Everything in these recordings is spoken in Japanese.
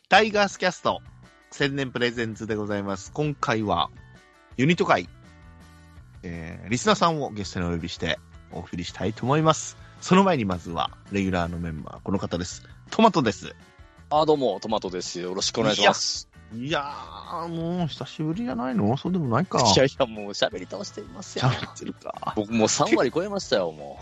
タイガースキャスト千年プレゼンツでございます。今回はユニット会、リスナーさんをゲストにお呼びしてお送りしたいと思います。その前にまずはレギュラーのメンバー、この方です。トマトです。 どうもトマトです。よろしくお願いします。 いやー、もう久しぶりじゃないの？そうでもないか。 いやいや、もう喋り倒していますよ。僕もう3割超えましたよ、も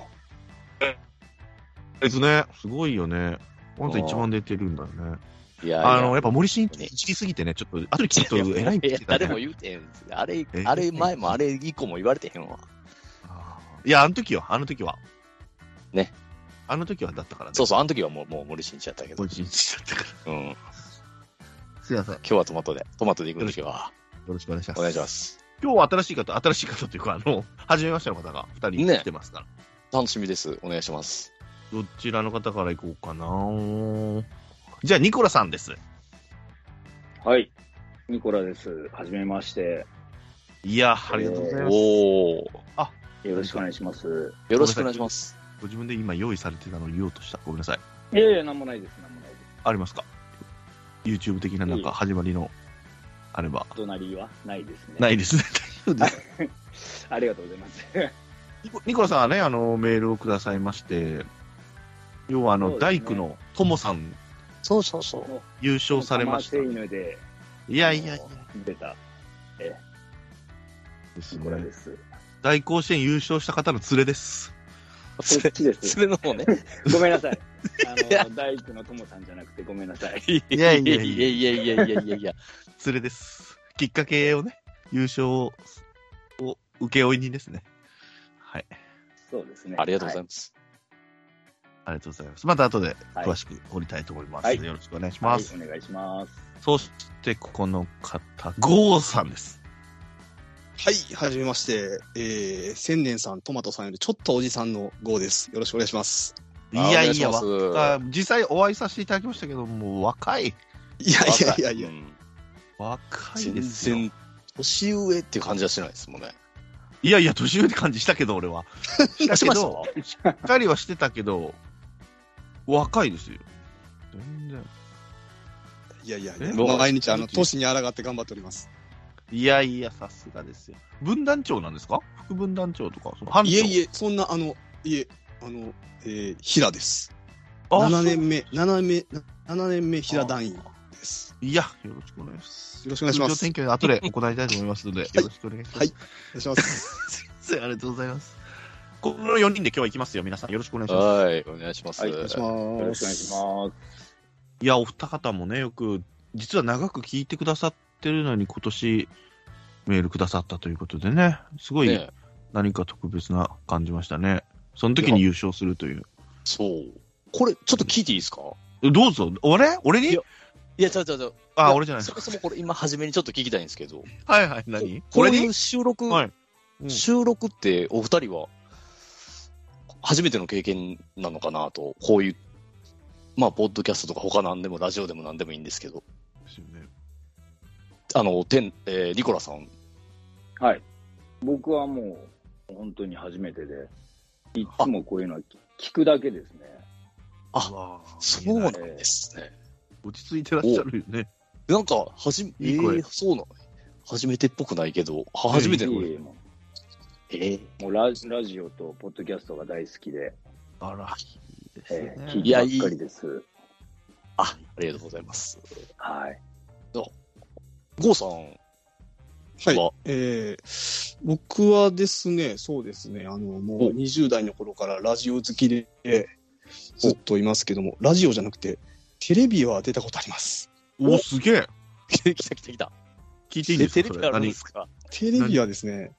う。ね、すごいよね。本当一番出てるんだよね。 いややっぱ森進一いじりすぎてね、ちょっと後で聞くと偉いんですよね。 誰も言うてへん。あれ前もあれ以降も言われてへんわ。 いや、あの時は。 ね。 あの時はだったからね。 そうそう、あの時はもう森進一やったけど。 森進一だったから。うん。すいません。 今日はトマトで行くんですよ。よろしくお願いします。 お願いします。 今日は新しい方というか、初めましての方が2人来てますから。 楽しみです。お願いします。 どちらの方から行こうかな。じゃあ、ニコラさんです。 はい。ニコラです。はじめまして。 いや、ありがとうございます。 よろしくお願いします。 よろしくお願いします。 ご自分で今用意されてたのを言おうとした。ごめんなさい。 いやいや、なんもないです。 ありますか？ YouTube 的ななんか始まりのあれば。 隣はないですね。 ないですね。 ありがとうございます。 ニコラさんはね、メールをくださいまして、要は大工のトモさん、 そう優勝されました。 でいや出たニコラです。 大甲子園優勝した方の連れです。 そっちです。 連れの方ね。 ごめんなさい。大工のトモさんじゃなくてごめんなさい。 いや。 連れです。きっかけをね、優勝を請負人ですね。はい。 そうですね。 ありがとうございます。 ありがとうございます。また後で詳しく掘りたいと思います。よろしくお願いします。 お願いします。 そして、この方、ゴーさんです。 はい、はじめまして。千年さん、トマトさんよりちょっとおじさんのゴーです。よろしくお願いします。 いや、実際お会いさせていただきましたけど、もう若い。 いや。 若いですよ。 全然、年上っていう感じはしないですもんね。 いや、年上って感じしたけど、俺は。しっかりはしてたけど、若いですよ。全然。 いや、毎日年に抗って頑張っております。 いや、さすがですよ。分団長なんですか？副分団長とか、班長。 いえ、そんな、平です。7年目、平団員です。 いや、よろしくお願いします。 よろしくお願いします。 通常点検後で行いたいと思いますので、よろしくお願いします。 はい、お願いします。 ありがとうございます。この4人で今日は行きますよ。皆さんよろしくお願いします。 はい、お願いします。 よろしくお願いします。 いや、お二方もね、よく、実は長く聞いてくださってるのに今年メールくださったということでね、すごい何か特別な感じましたね。その時に優勝するという。 そう。これ、ちょっと聞いていいですか？ どうぞ。俺に？ いや、違う。 俺じゃない。 そもそもこれ今初めにちょっと聞きたいんですけど。 はい、何？ こういう収録ってお二人は初めての経験なのかなと、こういう、まあ、ポッドキャストとか他なんでもラジオでもなんでもいいんですけど。 ですよね。 ニコラさん。 はい。僕はもう本当に初めてで、いつもこういうのは聞くだけですね。 そうなんですね。 落ち着いてらっしゃるよね。 なんか、そうなの。初めてっぽくないけど、初めての声。 もうラジオとポッドキャストが大好きで。 あら、いいですね。 聞いてばっかりです。 ありがとうございます。 はい。 ゴーさん。 はい。僕はですね、そうですね、もう20代の頃からラジオ好きでずっといますけども、ラジオじゃなくて、テレビは出たことあります。 お、すげえ。 来た。 聞いていいんですか？ テレビあるんですか？ テレビはですね、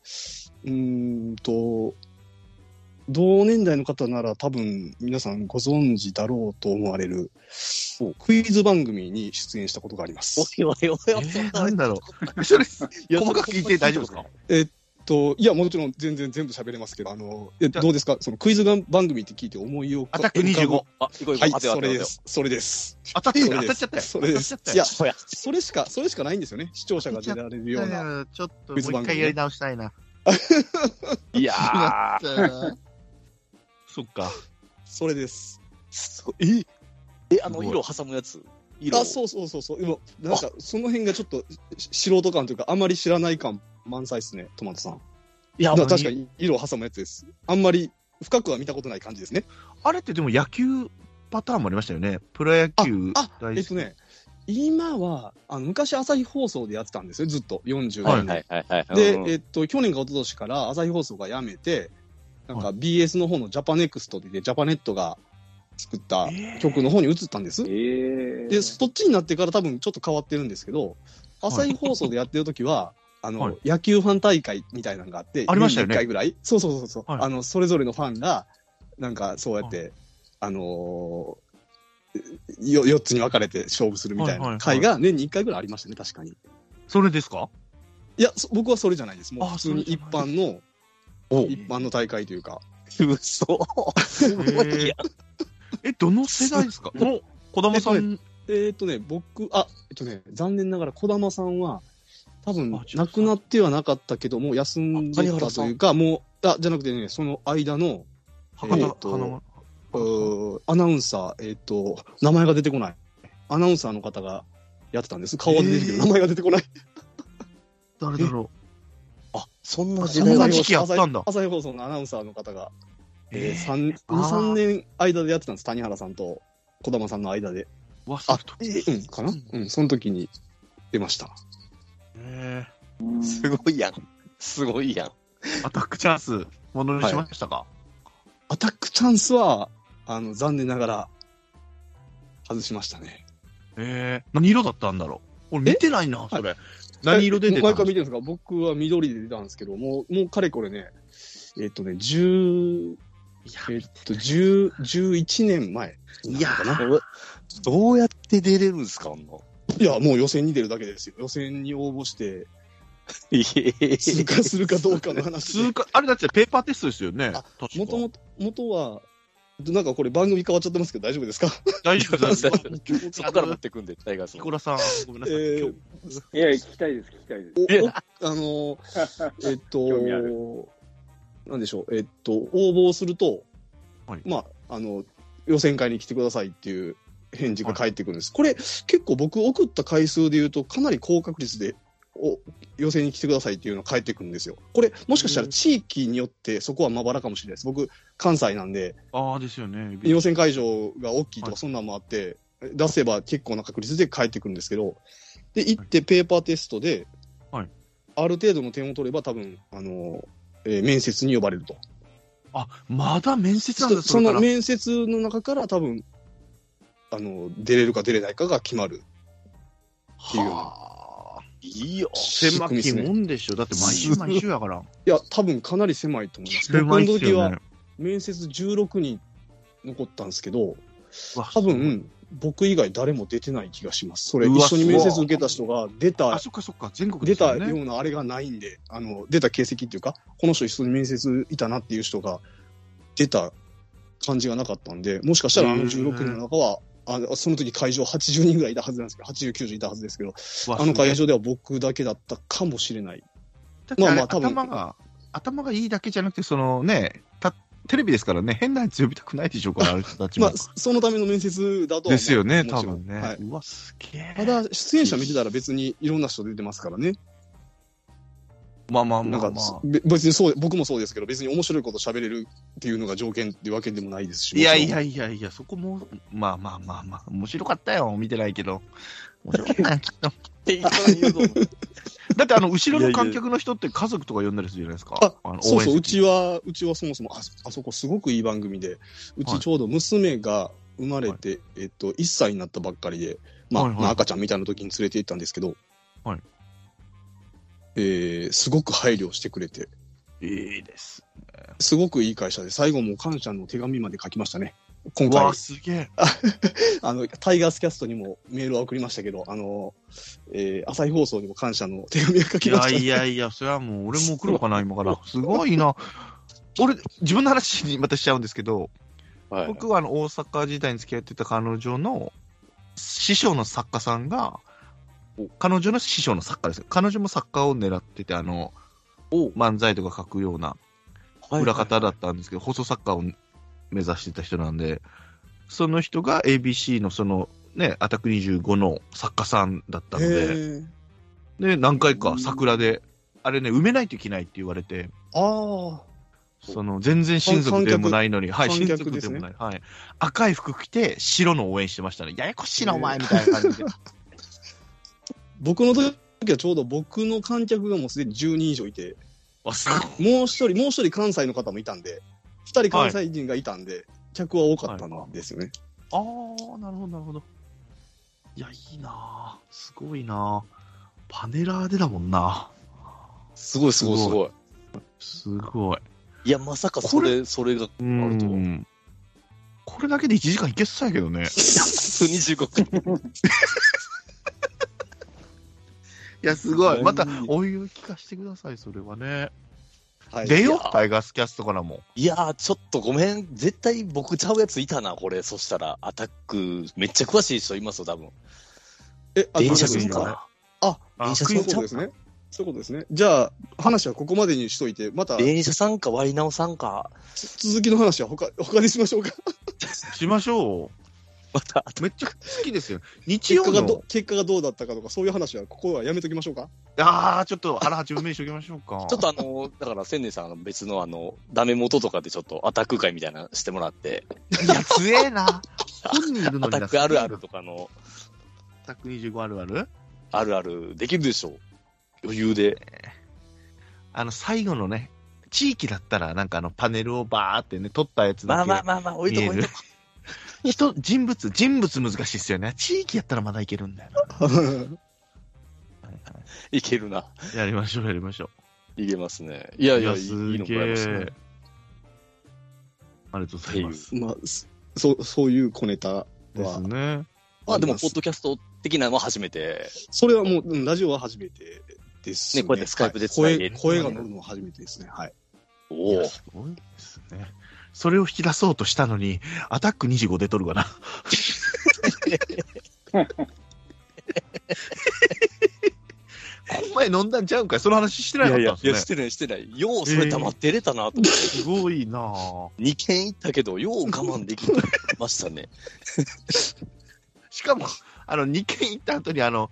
同年代の方なら多分皆さんご存知だろうと思われるクイズ番組に出演したことがあります。 なんだろう。それ、細かく聞いて大丈夫ですか？ いや、もちろん全部喋れますけど、どうですか？そのクイズ番組って聞いて思いを。 アタック25。 はい、それです。 当たっちゃったよ。 それです。いや、それしかないんですよね。視聴者が出られるような。 ちょっともう一回やり直したいな。 いやー。 そっか。 それです。 色挟むやつ。 色。 そうそうそうそう。今、なんか、その辺がちょっと素人感というか、あんまり知らない感満載ですね、トマトさん。 いや、 確かに色を挟むやつです。あんまり深くは見たことない感じですね。 あれってでも野球パターンもありましたよね。プロ野球大好き。 今は、昔朝日放送でやってたんですよ、ずっと、40 はい年。 はいはいはい。 で、去年か一昨年から朝日放送が辞めて、なんか BS の方のジャパネクストで、ジャパネットが作った曲の方に移ったんです。で、そっちになってから多分ちょっと変わってるんですけど、朝日放送でやってる時は、野球ファン大会みたいなのがあって、 ありましたよね。 1回ぐらい。そうそうそうそう、それぞれのファンが、なんかそうやって、4つに分かれて勝負するみたいな会が年に1回ぐらいありましたね、確かに。 それですか？ いや、僕はそれじゃないです。もう普通に一般の大会というか。 嘘。すごいや。 どの世代ですか？児玉さん。 残念ながら児玉さんは、多分、亡くなってはなかったけども、休んでたというか、もう、じゃなくてね、その間の、アナウンサー、名前が出てこない。アナウンサーの方がやってたんです。顔は出てるけど、名前が出てこない。 誰だろう。そんな時期あったんだ。 朝日放送のアナウンサーの方が、2、3年間でやってたんです。谷原さんと児玉さんの間で。かな？その時に出ました。 すごいやん。すごいやん。 アタックチャンス、ものにしましたか？ アタックチャンスは、残念ながら、外しましたね。 何色だったんだろう？俺見てないな、それ。何色で出たんですか？ 毎回見てるんですか？僕は緑で出たんですけど、もうかれこれね、11年前。 いやどうやって出れるんですか？ いや、もう予選に出るだけですよ。予選に応募して、通過するかどうかの話で。 あれだってペーパーテストですよね。 元は、なんかこれ番組変わっちゃってますけど大丈夫ですか？ 大丈夫です。 そこから持ってくんで、タイガース。 キコラさん、ごめんなさい。 いや、聞きたいです。 なんでしょう、応募すると、予選会に来てくださいっていう返事が返ってくるんです。これ、結構僕送った回数で言うと、かなり高確率で、予選に来てくださいっていうのが返ってくるんですよ。これ、もしかしたら地域によってそこはまばらかもしれないです。僕、関西なんで、 ですよね。 予選会場が大きいとかそんなんもあって、出せば結構な確率で返ってくるんですけど、で、行ってペーパーテストで、ある程度の点を取れば多分、面接に呼ばれると。 まだ面接なんだ。 その面接の中から多分、出れるか出れないかが決まるっていうような。 いいよ。 狭きもんでしょ。だって毎週やから。 いや、多分かなり狭いと思います。僕の時は面接16人残ったんですけど、多分僕以外誰も出てない気がします。それ一緒に面接受けた人が出たようなあれがないんで、出た形跡っていうか、この人一緒に面接いたなっていう人が出た感じがなかったんで、もしかしたら16人の中は、その時会場80人ぐらいいたはずなんですけど、80、90いたはずですけど、会場では僕だけだったかもしれない。 頭がいいだけじゃなくて、テレビですからね、変なやつ呼びたくないでしょうから、ある人たちも。 そのための面接だとはですよね、多分ね。うわ、すげえ。 ただ、出演者見てたら別にいろんな人出てますからね。別に僕もそうですけど、別に面白いこと喋れるっていうのが条件っていうわけでもないですし。 いや、そこも、面白かったよ、見てないけど。面白かったよ、きっと。だって後ろの観客の人って家族とか呼んだりするじゃないですか。 そう、うちはそもそも、あそこすごくいい番組で、うちちょうど娘が生まれて、1歳になったばっかりで、赤ちゃんみたいな時に連れて行ったんですけど、すごく配慮してくれて。 いいですね。 すごくいい会社で、最後も感謝の手紙まで書きましたね。今回。 すげえ。 タイガースキャストにもメールは送りましたけど、朝日放送にも感謝の手紙を書きました、ね。 いや、それはもう俺も送ろうかな、今から。すごいな。俺、自分の話にまたしちゃうんですけど、僕は大阪時代に付き合ってた彼女の師匠の作家さんが、彼女の師匠の作家ですよ。彼女も作家を狙ってて、漫才とか書くような裏方だったんですけど、放送作家を目指してた人なんで、その人が ABC のね、アタック25の作家さんだったので、 へで、何回か桜で、あれね、埋めないといけないって言われて、 あ。 全然親族でもないのに、はい、 観親客ですね族でもない。はい。赤い服着て、白の応援してましたね。ややこしいな、お前みたいな感じで。 僕の時はちょうど僕の観客がもうすでに10人以上いて、 あ、すごい。 もう一人関西の方もいたんで、2人関西人がいたんで、客は多かったんですよね。 あー、なるほど、なるほど。いや、いいなぁ。すごいなぁ。パネラーでだもんな。 すごいすごいすごい。 すごい。 いや、まさかそれがあるとは。 これだけで1時間いけそうやけどね。 25回。 いや、すごい。また、お湯聞かせてください、それはね。 はい、 出よう、タイガースキャストからも。 いやー、ちょっとごめん。絶対僕ちゃうやついたな、これ。そしたら、アタック、めっちゃ詳しい人いますよ、多分。電車するか。 電車そういうことですね。そういうことですね。じゃあ、話はここまでにしといて、また。 電車さんか、割り直さんか。 続きの話は他にしましょうか。 しましょう。 また、 めっちゃ好きですよ。日曜の結果がどうだったかとか、そういう話はここはやめときましょうか。 ちょっと、八分目にしときましょうか。 ちょっとだから、千年さん別のダメ元とかでちょっとアタック会みたいなのしてもらって。 いや、強えな。本人いるのにアタックあるあるとかの。 アタック25あるあるあるある、できるでしょう。余裕で。 最後のね、地域だったら、なんかパネルをバーってね、撮ったやつだけ。 まあ、置いとこう。 人物難しいっすよね。地域やったらまだいけるんだよな。 いけるな。 やりましょう。 いけますね。いや、いいすのくらいますね。 ありがとうございます。 まあ、そういう小ネタは。 ですね。 まあでも、ポッドキャスト的なのは初めて。 それはもう、ラジオは初めてですね。 こうやってスカイプでつないで、 声が乗るのは初めてですね。はい。 おお。 すごいですね。それを引き出そうとしたのに、アタック25出とるかな。お前飲んだんちゃうんかい、その話してなかったんですね。 いや、してない。ようそれ黙ってれたなと思って。 すごいなぁ。 2軒行ったけど、よう我慢できましたね。 しかも、2軒行った後に、2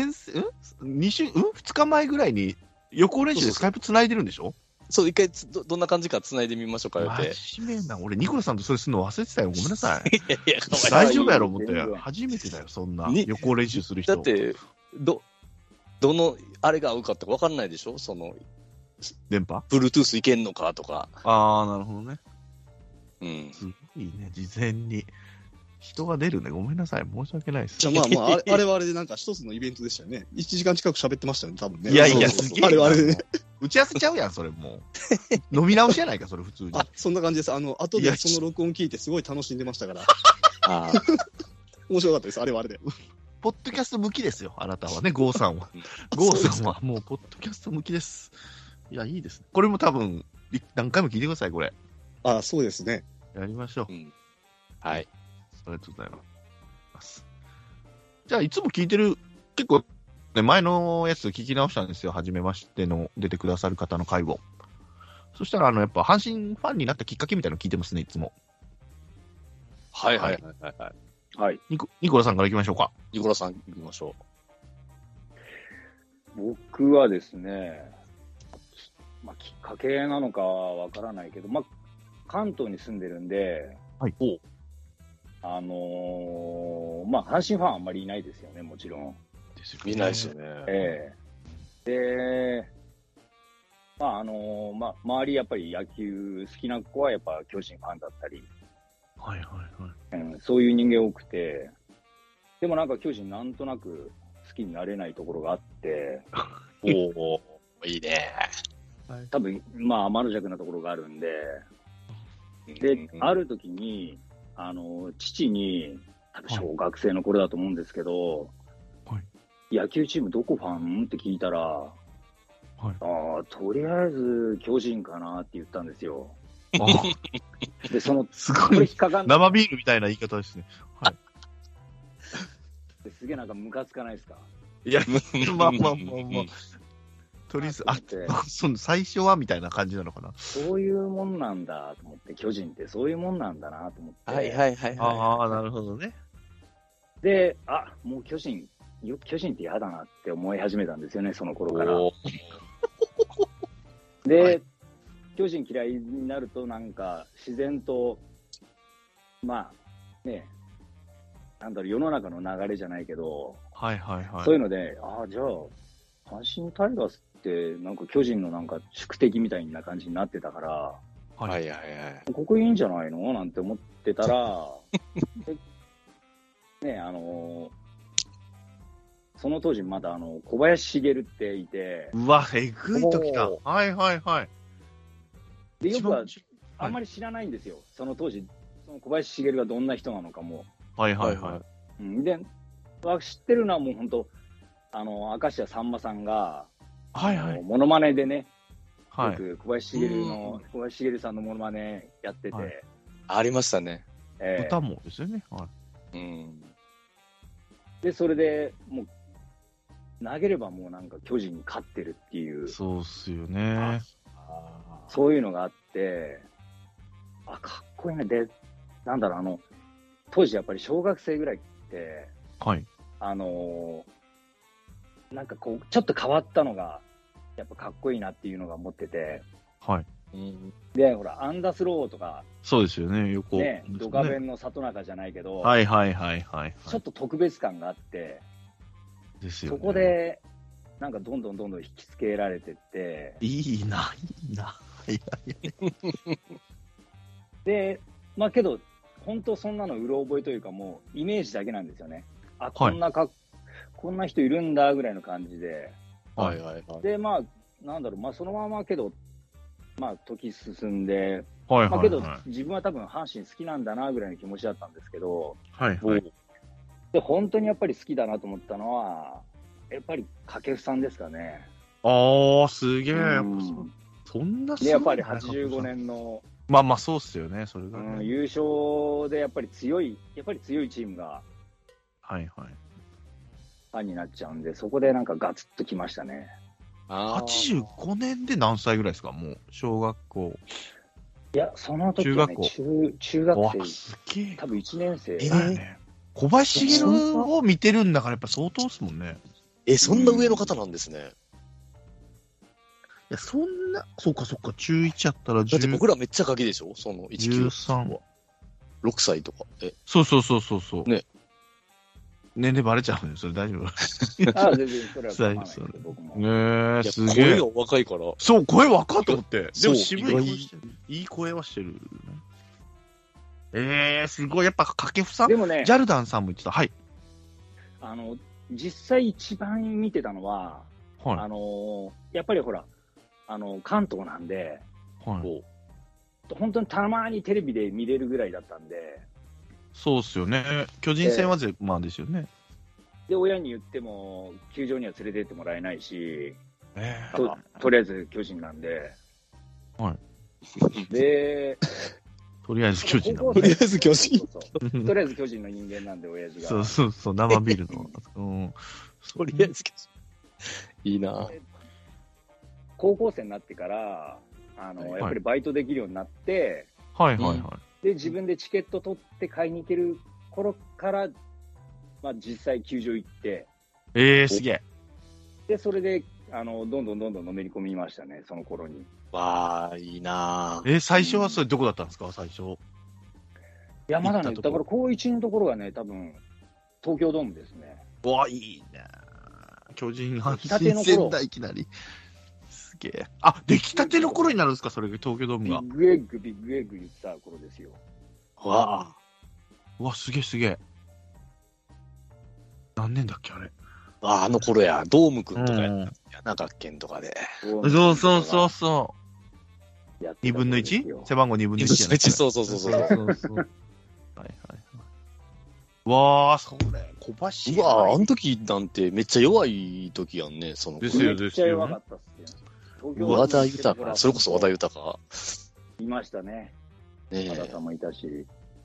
日前ぐらいに予行練習でスカイプ繋いでるんでしょ？ そう、一回どんな感じか繋いでみましょうか、って。 真面目な。俺、ニコラさんとそれするの忘れてたよ。ごめんなさい。 いや、 大丈夫やろ、思って。初めてだよ、そんな。予行練習する人。 だって、どの、あれが合うかって分かんないでしょ？ 電波？ Bluetooth いけんのかとか。 ああ、なるほどね。 うん。 すごいね、事前に。人が出るね。ごめんなさい。申し訳ないです。 じゃあまあ、あれはあれでなんか一つのイベントでしたよね。1時間近く喋ってましたよね、多分ね。 いや、 そうすげえ。 あれはあれでね。 打ち合わせちゃうやん、それもう。飲み直しやないか、それ普通に。 そんな感じです。後でその録音聞いてすごい楽しんでましたから。面白かったです、あれはあれで。 ポッドキャスト向きですよ、あなたはね、ゴーさんは。ゴーさんはもう、ポッドキャスト向きです。いや、いいですね。これも多分、何回も聞いてください、これ。 そうですね。 やりましょう。 はい。 ありがとうございます。じゃあ、いつも聞いてる、結構、ね、前のやつ聞き直したんですよ。初めましての出てくださる方の回を。そしたら、やっぱ、阪神ファンになったきっかけみたいなの聞いてますね、いつも。 はい。 はい。 ニコラさんから行きましょうか。 ニコラさん行きましょう。僕はですね、きっかけなのかはわからないけど、関東に住んでるんで、 はい。 阪神ファンあんまりいないですよね、もちろん。 いないですよね。 で、周りやっぱり野球好きな子はやっぱ巨人ファンだったり、そういう人間多くて、でもなんか巨人なんとなく好きになれないところがあって、 おいいね。 多分、天の弱なところがあるんで、で、ある時に、父に、多分小学生の頃だと思うんですけど、野球チームどこファンって聞いたら、とりあえず巨人かなって言ったんですよ。で、 すごい。 これ引っかかんない。 生ビールみたいな言い方ですね。はい。 すげえなんかムカつかないですか？ いや、まあ。とりあえず、最初はみたいな感じなのかな。 そういうもんなんだと思って、巨人ってそういうもんなんだなと思って。 はい。 ああ、なるほどね。 で、もう巨人って嫌だなって思い始めたんですよね、その頃から。で、はい、巨人嫌いになるとなんか自然と、まあね、なんだろう、世の中の流れじゃないけど、 はいはいはい。 そういうので、じゃあ、阪神タイガースってなんか巨人のなんか宿敵みたいな感じになってたから、 はいはいはい。 ここいいんじゃないのなんて思ってたら、ね、その当時まだ小林茂っていて、 うわ、えぐい時だ。はいはいはい。 で、よくはあんまり知らないんですよ。その当時、その小林茂がどんな人なのかも。 はいはいはい。 で、知ってるのはもう本当、明石家さんまさんが、 はいはい。 モノマネでね、 はい、 よく小林茂さんのモノマネやってて。はい、 ありましたね。 歌もですよね。はい。 で、それでもう、投げればもうなんか巨人に勝ってるっていう。 そうっすよね。 そういうのがあって、かっこいいね。で、なんだろう、当時やっぱり小学生ぐらいって、 はい。 なんかこう、ちょっと変わったのが、やっぱかっこいいなっていうのが思ってて。 はい。 で、ほら、アンダースローとか。 そうですよね、横。 ね、ドカベンの里中じゃないけど。 はいはいはいはい、 ちょっと特別感があって。 ですよね。 そこで、なんかどんどん引きつけられてって。 いいな。 で、まあけど、本当そんなのうろ覚えというかもう、イメージだけなんですよね。こんな人いるんだぐらいの感じで。 はいはいはい。 で、まあ、なんだろう、まあそのままけど、まあ時進んで、 はいはいはい、 まあけど自分は多分阪神好きなんだなぐらいの気持ちだったんですけど、 はいはい。 で、本当にやっぱり好きだなと思ったのは、やっぱり掛布さんですかね。 すげえ。そんなすごい。 で、やっぱり85年の。 まあそうっすよね、それが、ね。 優勝でやっぱり強いチームが、 はいはい。 ファンになっちゃうんで、そこでなんかガツッときましたね。 85年で何歳ぐらいですか、もう、小学校。 いや、その時は、ね、中学生。 すげえ。 多分1年生。 小林茂を見てるんだからやっぱ相当っすもんね。 そんな上の方なんですね。いや、そんな、そっか、中1やったらだって僕らめっちゃガキでしょその 13 は。6歳とか。 そう。 ね。 年齢バレちゃうのよ、それ大丈夫。 全然それは構わないです僕も。 すげえ。 声が若いから。 そう、声若いと思って。でも渋い声してる。いい声はしてる、ね。すごい。やっぱ掛布さん。 でもね、 ジャルダンさんも言ってた。はい。 実際一番見てたのは、やっぱりほら、関東なんで、本当にたまにテレビで見れるぐらいだったんで。 そうっすよね。巨人戦はまあですよね。 で、親に言っても、球場には連れてってもらえないし、とりあえず巨人なんで。 はい。 で、 とりあえず巨人なんで。とりあえず巨人。 とりあえず巨人の人間なんで、親父が。 そう、生ビールの。 とりあえず巨人。いいな。 高校生になってから、やっぱりバイトできるようになって、 はい。 で、自分でチケット取って買いに行ける頃から、まあ実際球場行って。 すげえ。 で、それで、どんどんのめり込みましたね、その頃に。 わー、いいな最初はそれどこだったんですか、最初。 いや、まだね、だから高1のところがね、多分、東京ドームですね。 わー、いいね。巨人阪神戦だ、いきなり。すげえ。出来たての頃になるんですか、それが東京ドームが。 ビッグエッグ言ってた頃ですよ。 わあ、すげえ。何年だっけ、あれ。 あの頃や、ドームくんとかやな、学研とかで。 そう。2分の 1？ 背番号2分の1。 そう。 はい。わー、それ、小橋。 うわー、あの時なんてめっちゃ弱い時やんね、その。 ですよ。 めっちゃ弱かったっすよ。 和田豊、それこそ和田豊。 いましたね。和田さんもいたし。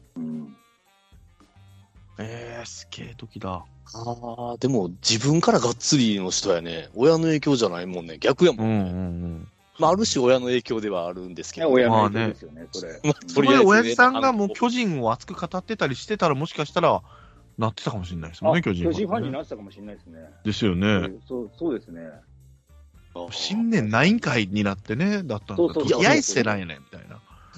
すげえ時だ。 でも自分からがっつりの人やね。親の影響じゃないもんね。逆やもんね。まあ、ある種親の影響ではあるんですけど。 親の影響ですよね、それ。 そこで親父さんがもう巨人を熱く語ってたりしてたら、もしかしたら、 なってたかもしれないですもんね、巨人ファンになってたかもしれないですね。 ですよね。 そうですね。 新年ないんかいになってね、だったんだ。いやいせなんやねん、みたいな。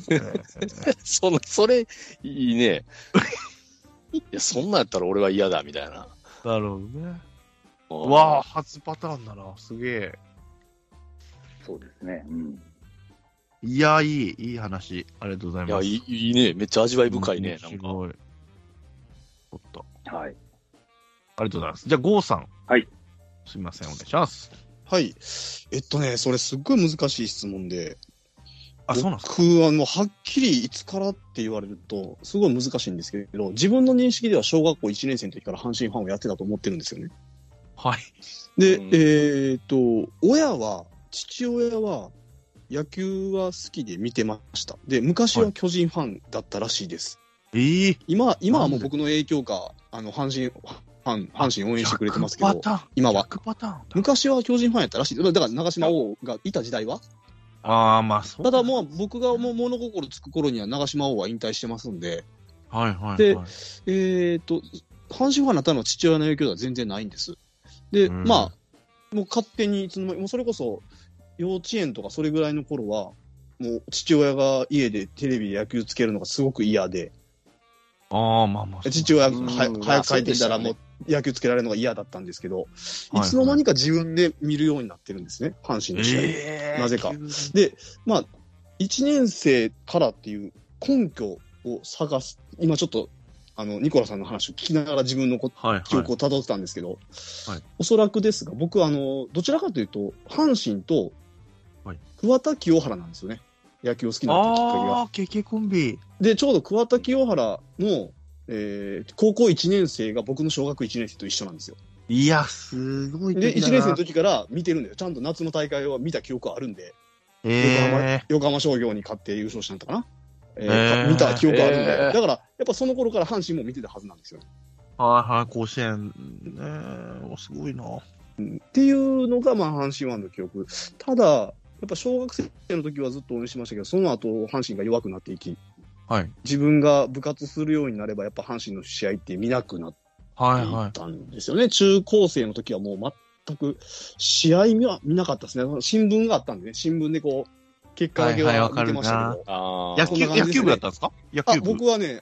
それ、いいね。いや、そんなんやったら俺は嫌だ、みたいな。 なるほどね。わあ、初パターンだな。すげえ。 そうですね。うん。 いや、いい話。ありがとうございます。 いや、いいね。めっちゃ味わい深いね。 すごい。おっと。 はい。 ありがとうございます。じゃあ、ゴーさん。 はい。 すみません、お願いします。 はい。それすっごい難しい質問で。 そうなんですか。 僕、はっきりいつからって言われると、すごい難しいんですけど、自分の認識では小学校1年生の時から阪神ファンをやってたと思ってるんですよね。 はい。 で、父親は、野球は好きで見てました。で、昔は巨人ファンだったらしいです。今はもう僕の影響か、阪神応援してくれてますけど、今は。昔は巨人ファンやったらしい。だから長島王がいた時代は。 そう。 ただもう僕がもう物心つく頃には長島王は引退してますんで。 はいはい。 で、阪神ファンになったのは父親の影響では全然ないんです。で、もう勝手にもうそれこそ幼稚園とかそれぐらいの頃は、もう父親が家でテレビで野球つけるのがすごく嫌で。父親が早く帰ってきたらもう野球つけられるのが嫌だったんですけど、いつの間にか自分で見るようになってるんですね、阪神の試合。なぜか。で、1年生からっていう根拠を探す。今ちょっと、ニコラさんの話を聞きながら自分の記憶を辿ってたんですけど、おそらくですが、僕はどちらかというと、阪神と桑田清原なんですよね。野球を好きになったきっかけが。 KK コンビ。 で、ちょうど桑田清原の、高校1年生が僕の小学1年生と一緒なんですよ。 いや、すごい。 で、1年生の時から見てるんだよ。ちゃんと夏の大会を見た記憶あるんで、横浜商業に勝って優勝したんだかな。見た記憶あるんで。だから、やっぱその頃から阪神も見てたはずなんですよ。 甲子園。すごいな。 っていうのが、阪神ファンの記憶。ただ、やっぱ小学生の時はずっと応援しましたけど、その後、阪神が弱くなっていき、自分が部活するようになれば、やっぱ阪神の試合って見なくなっていったんですよね。中高生の時はもう全く試合は見なかったですね。新聞があったんでね、新聞で結果だけは見てましたけど。 野球部だったんですか？ 僕はね、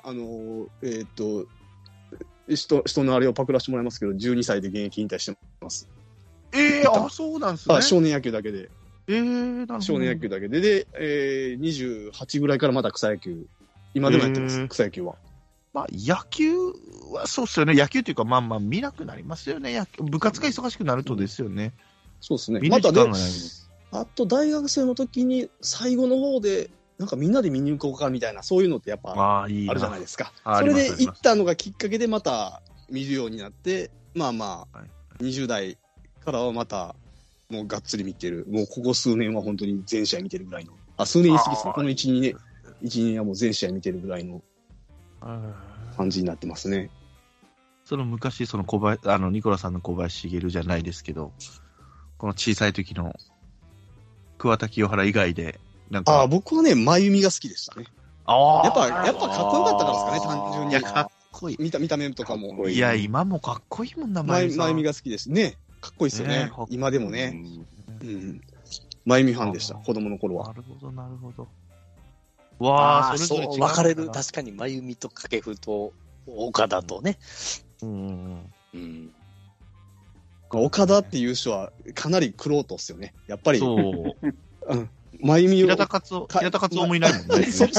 人のあれをパクらせてもらいますけど、12歳で現役引退してます。 そうなんですね。 少年野球だけで。少年野球だけで。で、28ぐらいからまた草野球。今でもやってます、草野球は。 野球はそうっすよね。野球っていうか、見なくなりますよね。部活が忙しくなるとですよね。 そうですね。またね、あと大学生の時に最後の方で、なんかみんなで見に行こうかみたいな、そういうのってやっぱあるじゃないですか。それで行ったのがきっかけでまた見るようになって、20代からはまた、もうがっつり見てる。もうここ数年は本当に全試合見てるぐらいの。数年言い過ぎですね。この1、2年はもう全試合見てるぐらいの感じになってますね。 昔、ニコラさんの小林茂じゃないですけど、この小さい時の桑田清原以外で、 僕はね、真由美が好きでしたね。やっぱかっこよかったからですかね、単純に。 いや、かっこいい。 見た目とかも。 いや、今もかっこいいもんな、 真由美が好きですね。かっこいいですよね。今でもね。真由美ファンでした、子供の頃は。 なるほど、なるほど。 それぞれ分かれる。確かに、真由美と掛布と岡田とね。 岡田っていう人はかなり玄人っすよね。やっぱり。 そう。 真由美を。 平田勝夫もいないもんね。 相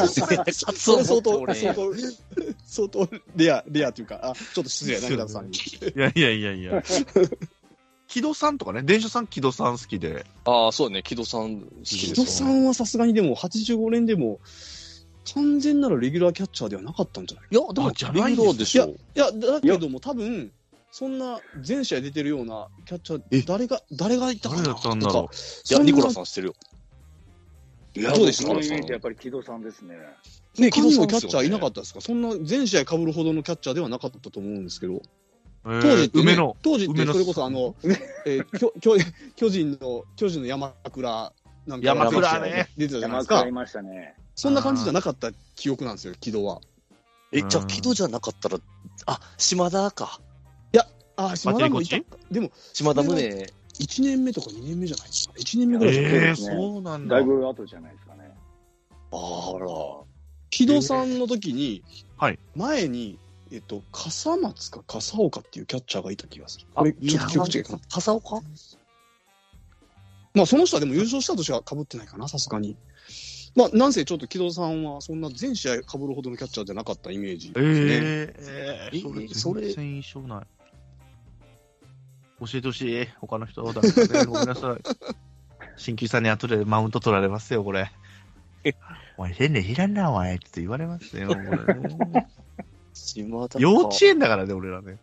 当レアっていうか、ちょっと失礼な、平田さんに。 いや。木戸さんとかね、電車さん木戸さん好きで。 そうね、木戸さん好きです。 木戸さんはさすがにでも、85年でも、完全なるレギュラーキャッチャーではなかったんじゃない？ いや、でも、 じゃないでしょ。 いや、だけども多分、そんな全試合出てるようなキャッチャー、誰がいたかな？ 誰だったんだろう。 いや、ニコラさん知ってるよ。 どうでしたか？やっぱり木戸さんですね。 木戸さんキャッチャーいなかったですか？そんな全試合被るほどのキャッチャーではなかったと思うんですけど。当時ってそれこそ巨人の山倉なんか山倉ね出てたじゃないですか。 いましたね。 そんな感じじゃなかった記憶なんですよ、木戸は。 じゃあ木戸じゃなかったら島田か。 島田もいた。でも、 島田宗。 1年目とか2年目じゃないですか。1年目ぐらいじゃないですか。 そうなんだ。 だいぶ後じゃないですかね。 あら。 木戸さんの時に、 はい。 前に、笠松か笠岡っていうキャッチャーがいた気がする。これ、ちょっと記憶違いかな。 笠岡？ まあ、その人はでも優勝した年は被ってないかな、さすがに。まあ、なんせちょっと木戸さんは、そんな全試合被るほどのキャッチャーじゃなかったイメージですね。 それ、全然印象ない。教えてほしい。他の人だったね。ごめんなさい。新旧さんに後でマウント取られますよ、これ。お前、変でいらんな、お前って言われますよ、これね。幼稚園だからね、俺らね。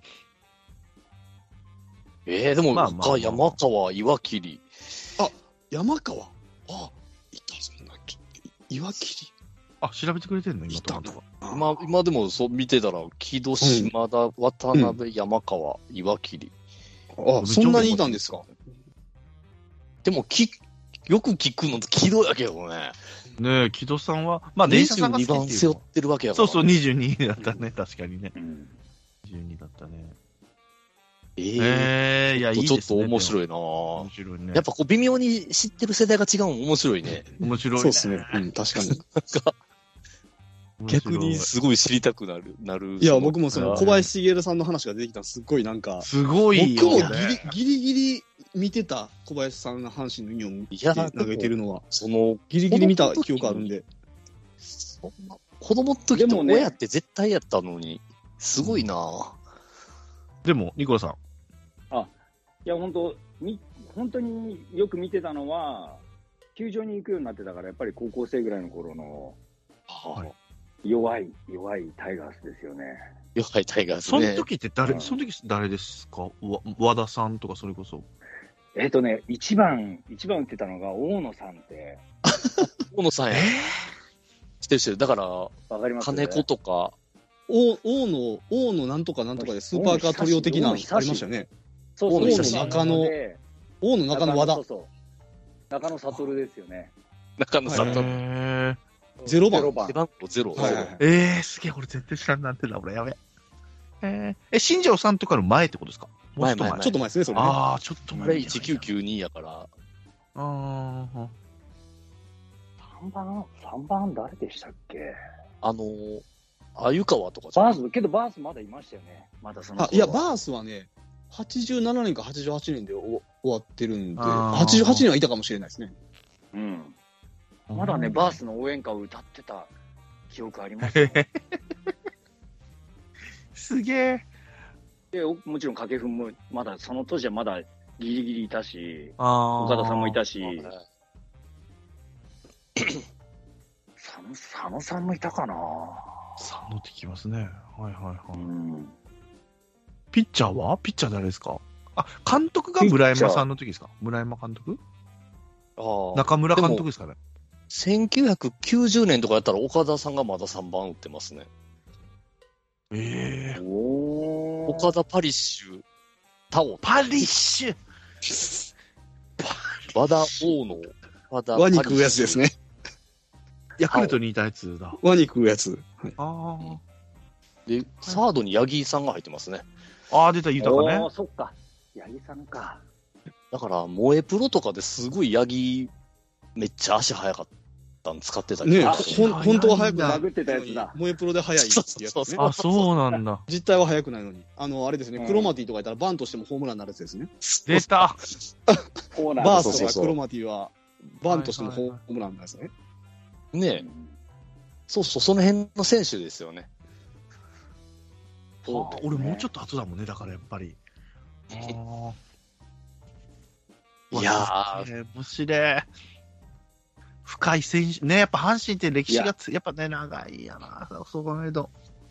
でも、山川、岩切。 山川。いた、そんな、岩切。 調べてくれてんの今でもそう見てたら、木戸、島田、渡辺、山川、岩切。 そんなにいたんですか。 でも、よく聞くの木戸やけどね。 ねえ、木戸さんは、まあ、電車さんが好きっていう。 22番背負ってるわけやから。 そう、22だったね、確かにね。22だったね。いや、いいですね。 ちょっと面白いな面白いね。 やっぱ微妙に知ってる世代が違うの面白いね。 面白いね。 そうですね。確かに。 逆にすごい知りたくなる。 いや、僕もその小林茂さんの話が出てきたらすっごいなんか、 すごいよ、 僕もギリギリ見てた小林さんが阪神のユニフォーム投げてるのは、ギリギリ見た記憶あるんで。 そんな子供の時と親って絶対やったのに、すごいなでも、ニコラさん。 いや、本当によく見てたのは、球場に行くようになってたから、やっぱり高校生ぐらいの頃の、弱いタイガースですよね。 弱いタイガースね。その時って誰ですか？和田さんとかそれこそ。 一番打ってたのが大野さんって。 大野さんや。知ってる。だから、わかります？ 金子とか。 大野なんとかなんとかでスーパーカートリオ的なありましたよね。 大野中野和田。 中野悟ですよね。 中野悟。 0番。 背番号0。 すげえ、俺絶対知らんなんてだ、俺やべ。新庄さんとかの前ってことですか？ 前。 ちょっと前ですね、それね。 ちょっと前。 1992やから。 3番誰でしたっけ？ 鮎川とかバースまだいましたよね。まだその。 いや、バースはね、87年か88年で終わってるんで、88年はいたかもしれないですね。 うん。まだね、バースの応援歌を歌ってた記憶ありますよ。 すげえ。 で、もちろん掛布も、まだ、その当時はまだギリギリいたし、岡田さんもいたし、佐野さんもいたかな。 佐野ってきますね。はい。ピッチャー誰ですか？監督が村山さんの時ですか？村山監督？中村監督ですかね。 1990年とかやったら岡田さんがまだ3番打ってますね。岡田パリッシュ、 パリッシュ和田大野、 ワニ食うやつですね。 ヤクルトにいたやつだ。 ワニ食うやつ。 で、サードに八木さんが入ってますね。 出た、豊かね。 そっか。八木さんか。 だから、萌えプロとかですごい八木、めっちゃ足速かったん使ってたりね。本当は速くない。 殴ってたやつだ。 萌えプロで速いってやつね。 そうなんだ。 実態は速くないのに。あれですね、クロマティとかいたらバンとしてもホームランになるやつですね。 出た。 バースとかクロマティはバンとしてもホームランなんですね。 ねえ。その辺の選手ですよね。 俺もうちょっと後だもんね、だからやっぱり。いやー、面白い。深い選手。ね、やっぱ阪神って歴史がやっぱね、長いやな、そう考えると。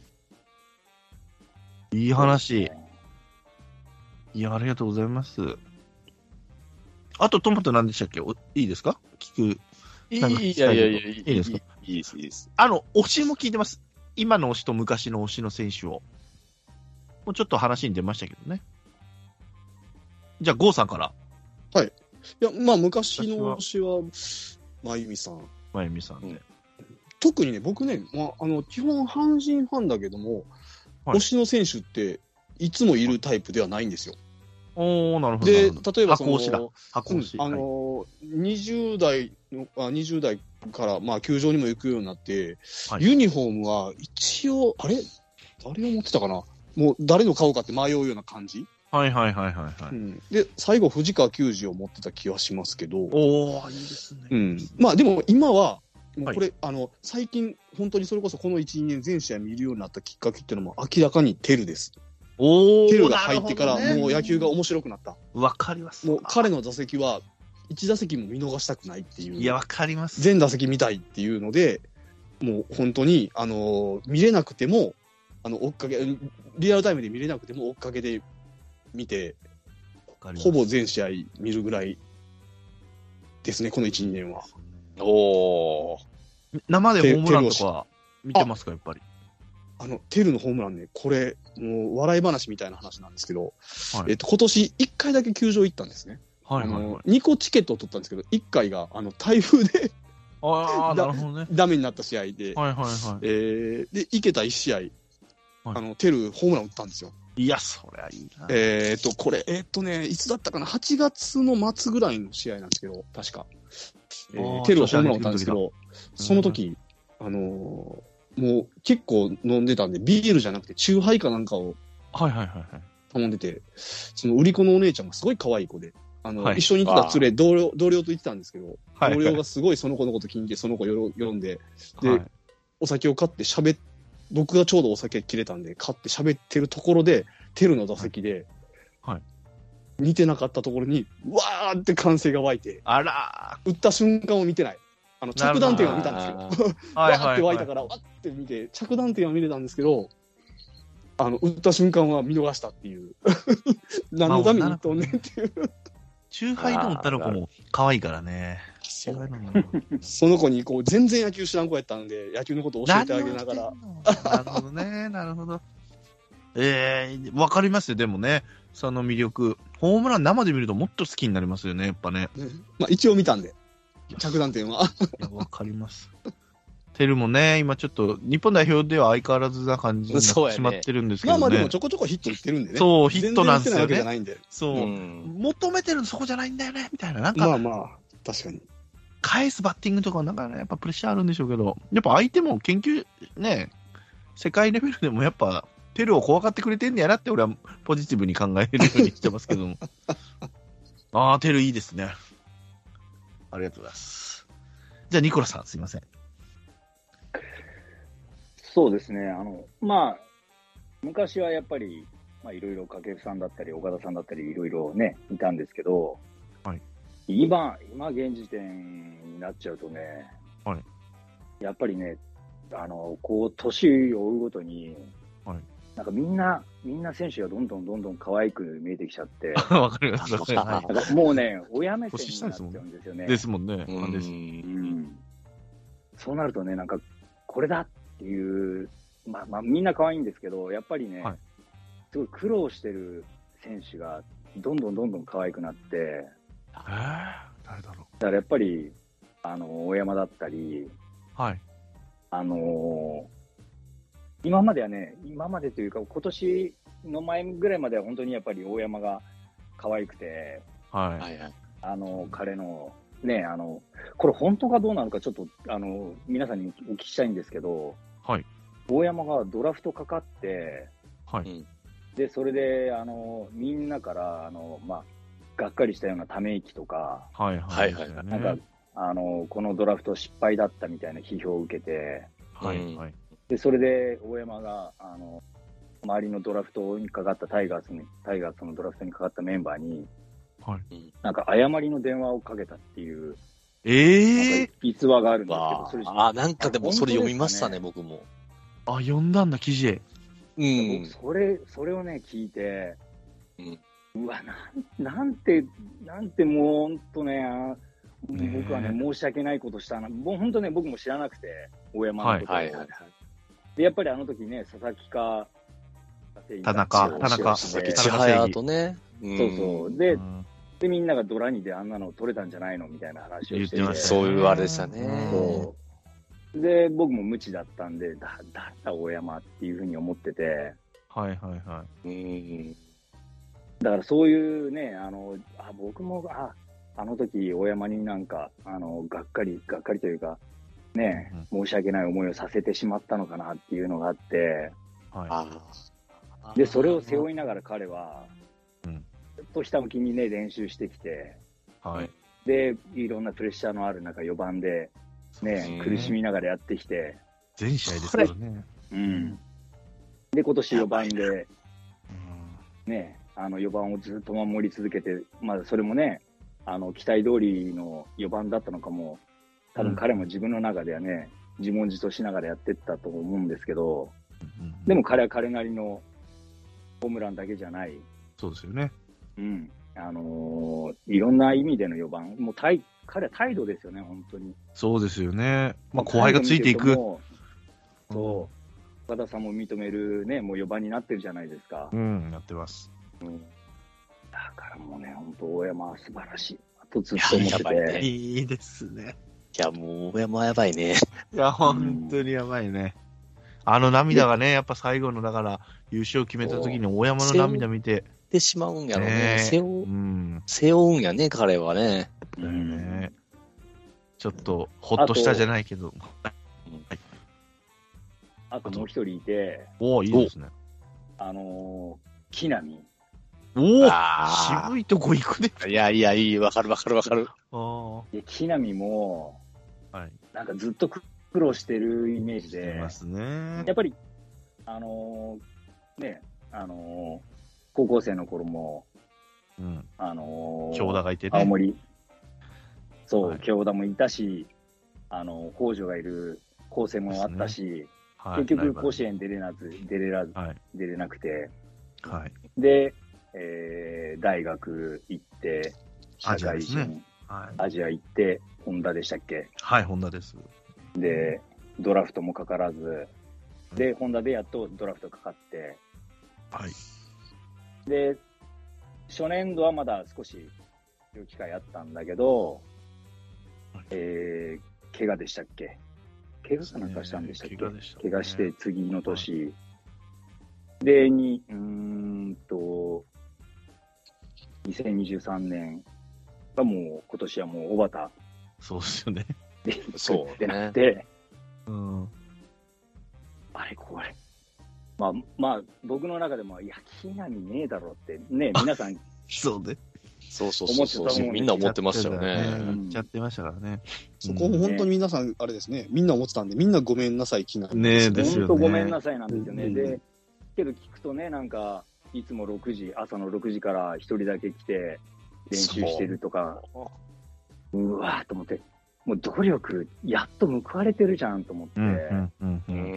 いい話。いや、ありがとうございます。あと、トマト何でしたっけ？いいですか？聞く。 いや、いいですか？ いいです。 推しも聞いてます。今の推しと昔の推しの選手を。もうちょっと話に出ましたけどね。じゃあ、郷さんから。 はい。いや、まあ、昔の推しは、真由美さん。 真由美さんね。 特にね、僕ね、基本阪神ファンだけども、 推しの選手っていつもいるタイプではないんですよ。 おー、なるほど。 で、例えば箱推しだ。箱推し。 20代からまあ球場にも行くようになって、ユニフォームは一応、誰を持ってたかな、もう誰の買おうかって迷うような感じ。 はいはい。 で、最後、藤川球児を持ってた気はしますけど。 おー、いいですね。 まあでも今は、もうこれ、最近、本当にそれこそこの1、2年全試合見るようになったきっかけっていうのも明らかにテルです。テルが入ってから、もう野球が面白くなった。 わかります。 もう彼の打席は、1打席も見逃したくないっていう。 いや、わかります。 全打席見たいっていうので、もう本当に、見れなくても、追っかけ、リアルタイムで見れなくても追っかけで見て、ほぼ全試合見るぐらいですね、この1、2年は。 おー。 生でホームランとか見てますか、やっぱり。 テルのホームランね、これ、もう笑い話みたいな話なんですけど、今年1回だけ球場行ったんですね。2個チケットを取ったんですけど、1回が台風でなるほどね、 ダメになった試合で、で、行けた1試合、テルホームラン打ったんですよ。 いや、そりゃいいな。 これ、いつだったかな、8月の末ぐらいの試合なんですけど、確か。テルホームラン打ったんですけど、その時、もう結構飲んでたんで、ビールじゃなくて、チューハイかなんかを頼んでて、その売り子のお姉ちゃんがすごい可愛い子で、一緒に行ってた連れ、同僚と行ってたんですけど、同僚がすごいその子のこと気に入って、その子呼んで、で、お酒を買って僕がちょうどお酒切れたんで、買って喋ってるところで、テルの打席で、見てなかったところに、わーって歓声が湧いて、打った瞬間を見てない。着弾点は見たんですけど、わーって湧いたから、わーって見て、着弾点は見れたんですけど、打った瞬間は見逃したっていう。何のために打っとんねんっていう。 チューハイの女の子も可愛いからね。 その子に全然野球知らん子やったんで、野球のことを教えてあげながら。 なるほどね、なるほど。わかりますよ、でもね、その魅力。ホームラン生で見るともっと好きになりますよね、やっぱね。 まあ一応見たんで、着弾点は。 いや、わかります。テルもね、今ちょっと、日本代表では相変わらずな感じになってしまってるんですけどね。 まあまあでもちょこちょこヒット打ってるんでね。 そう、ヒットなんですよね。 そう。 求めてるのそこじゃないんだよね、みたいな。なんか。 まあまあ、確かに。 返すバッティングとかなんかね、やっぱプレッシャーあるんでしょうけど、やっぱ相手も研究、ね、世界レベルでもやっぱ、テルを怖がってくれてんねやなって俺はポジティブに考えるようにしてますけども。テルいいですね。ありがとうございます。じゃあ、ニコラさん、すいません。 そうですね。まあ、昔はやっぱり、まあ、いろいろ掛布さんだったり、岡田さんだったり、いろいろね、いたんですけど、今現時点になっちゃうとね、やっぱりね、年を追うごとに、なんかみんな選手がどんどん可愛く見えてきちゃって、 わかります。 もうね、親目線になっちゃうんですよね。 ですもんね。 そうなるとね、なんか、これだっていう、まあみんな可愛いんですけど、やっぱりね、すごい苦労してる選手がどんどん可愛くなって、 誰だろう。 だからやっぱり、大山だったり、今までというか、今年の前ぐらいまでは本当にやっぱり大山が可愛くて、彼の、ね、これ本当かどうなのかちょっと、皆さんにお聞きしたいんですけど、大山がドラフトかかって、で、それで、みんなから、まあ、がっかりしたようなため息とか、なんか、このドラフト失敗だったみたいな批評を受けて、で、それで大山が、周りのドラフトにかかったタイガースのドラフトにかかったメンバーに、なんか誤りの電話をかけたっていう、逸話があるんですけど、 なんかでもそれ読みましたね、僕も。 読んだんだ、記事。 それをね、聞いて、うわ、なんてもう本当ね、僕はね、申し訳ないことしたな。もう本当ね、僕も知らなくて、大山のことを。で、やっぱりあの時ね、佐々木か、 田中千早とね。 そう。で、みんながドラにであんなの取れたんじゃないのみたいな話をしてて。 そういうあれでしたね。 で、僕も無知だったんで、だった大山っていうふうに思ってて、 はいはいはだからそういうね、僕も、あの時、大山になんか、がっかりというか、ね、申し訳ない思いをさせてしまったのかなっていうのがあって、で、それを背負いながら彼は、ずっとひたむきにね、練習してきて、で、いろんなプレッシャーのある中、4番で、ね、苦しみながらやってきて、 全試合ですからね。 で、今年4番で、ね、4番をずっと守り続けて、まだそれもね、期待通りの4番だったのかも、多分彼も自分の中ではね、自問自答しながらやってったと思うんですけど、でも彼は彼なりのホームランだけじゃない。 そうですよね。 いろんな意味での4番、もう彼は態度ですよね、本当に。 そうですよね。まあ、後輩がついていく。 そう。岡田さんも認めるね、もう4番になってるじゃないですか。 やってます。 だからもうね、本当大山は素晴らしい。とずっと思ってて。 いいですね。 いや、もう大山はやばいね。 いや、本当にやばいね。涙がね、やっぱ最後の、だから、優勝を決めた時に大山の涙見て。 ってしまうんやろね。背負うんやね、彼はね。 ちょっと、ほっとしたじゃないけど。 あともう一人いて。 いいですね。 木浪。 渋いとこ行くね。 いや、いい、わかる。 木浪も、なんかずっと苦労してるイメージで。やっぱり、高校生の頃も、 京田がいてね。 青森、そう、京田もいたし、北条がいる高専もあったし、結局甲子園出れなくて、で、大学行って、社会人、アジア行って、ホンダでしたっけ？ はい、ホンダです。 で、ドラフトもかからず、で、ホンダでやっとドラフトかかって、で、初年度はまだ少し良い機会あったんだけど、怪我でしたっけ？怪我かなんかしたんでしたっけ？怪我して次の年、で、2023年がもう今年はもう小畑。 そうですよね。 そうってなって、あれこれ。まあ、僕の中でも、いや、木浪ねえだろってね、皆さん。 そうね。 そうみんな思ってましたよね。 言っちゃってましたからね。 そこも本当に皆さん、あれですね、みんな思ってたんで、みんなごめんなさい、木浪。 ねですよね。 本当ごめんなさいなんですよね。で、けど聞くとね、なんか、いつも朝の6時から一人だけ来て練習してるとか、うわーと思って、もう努力、やっと報われてるじゃんと思って、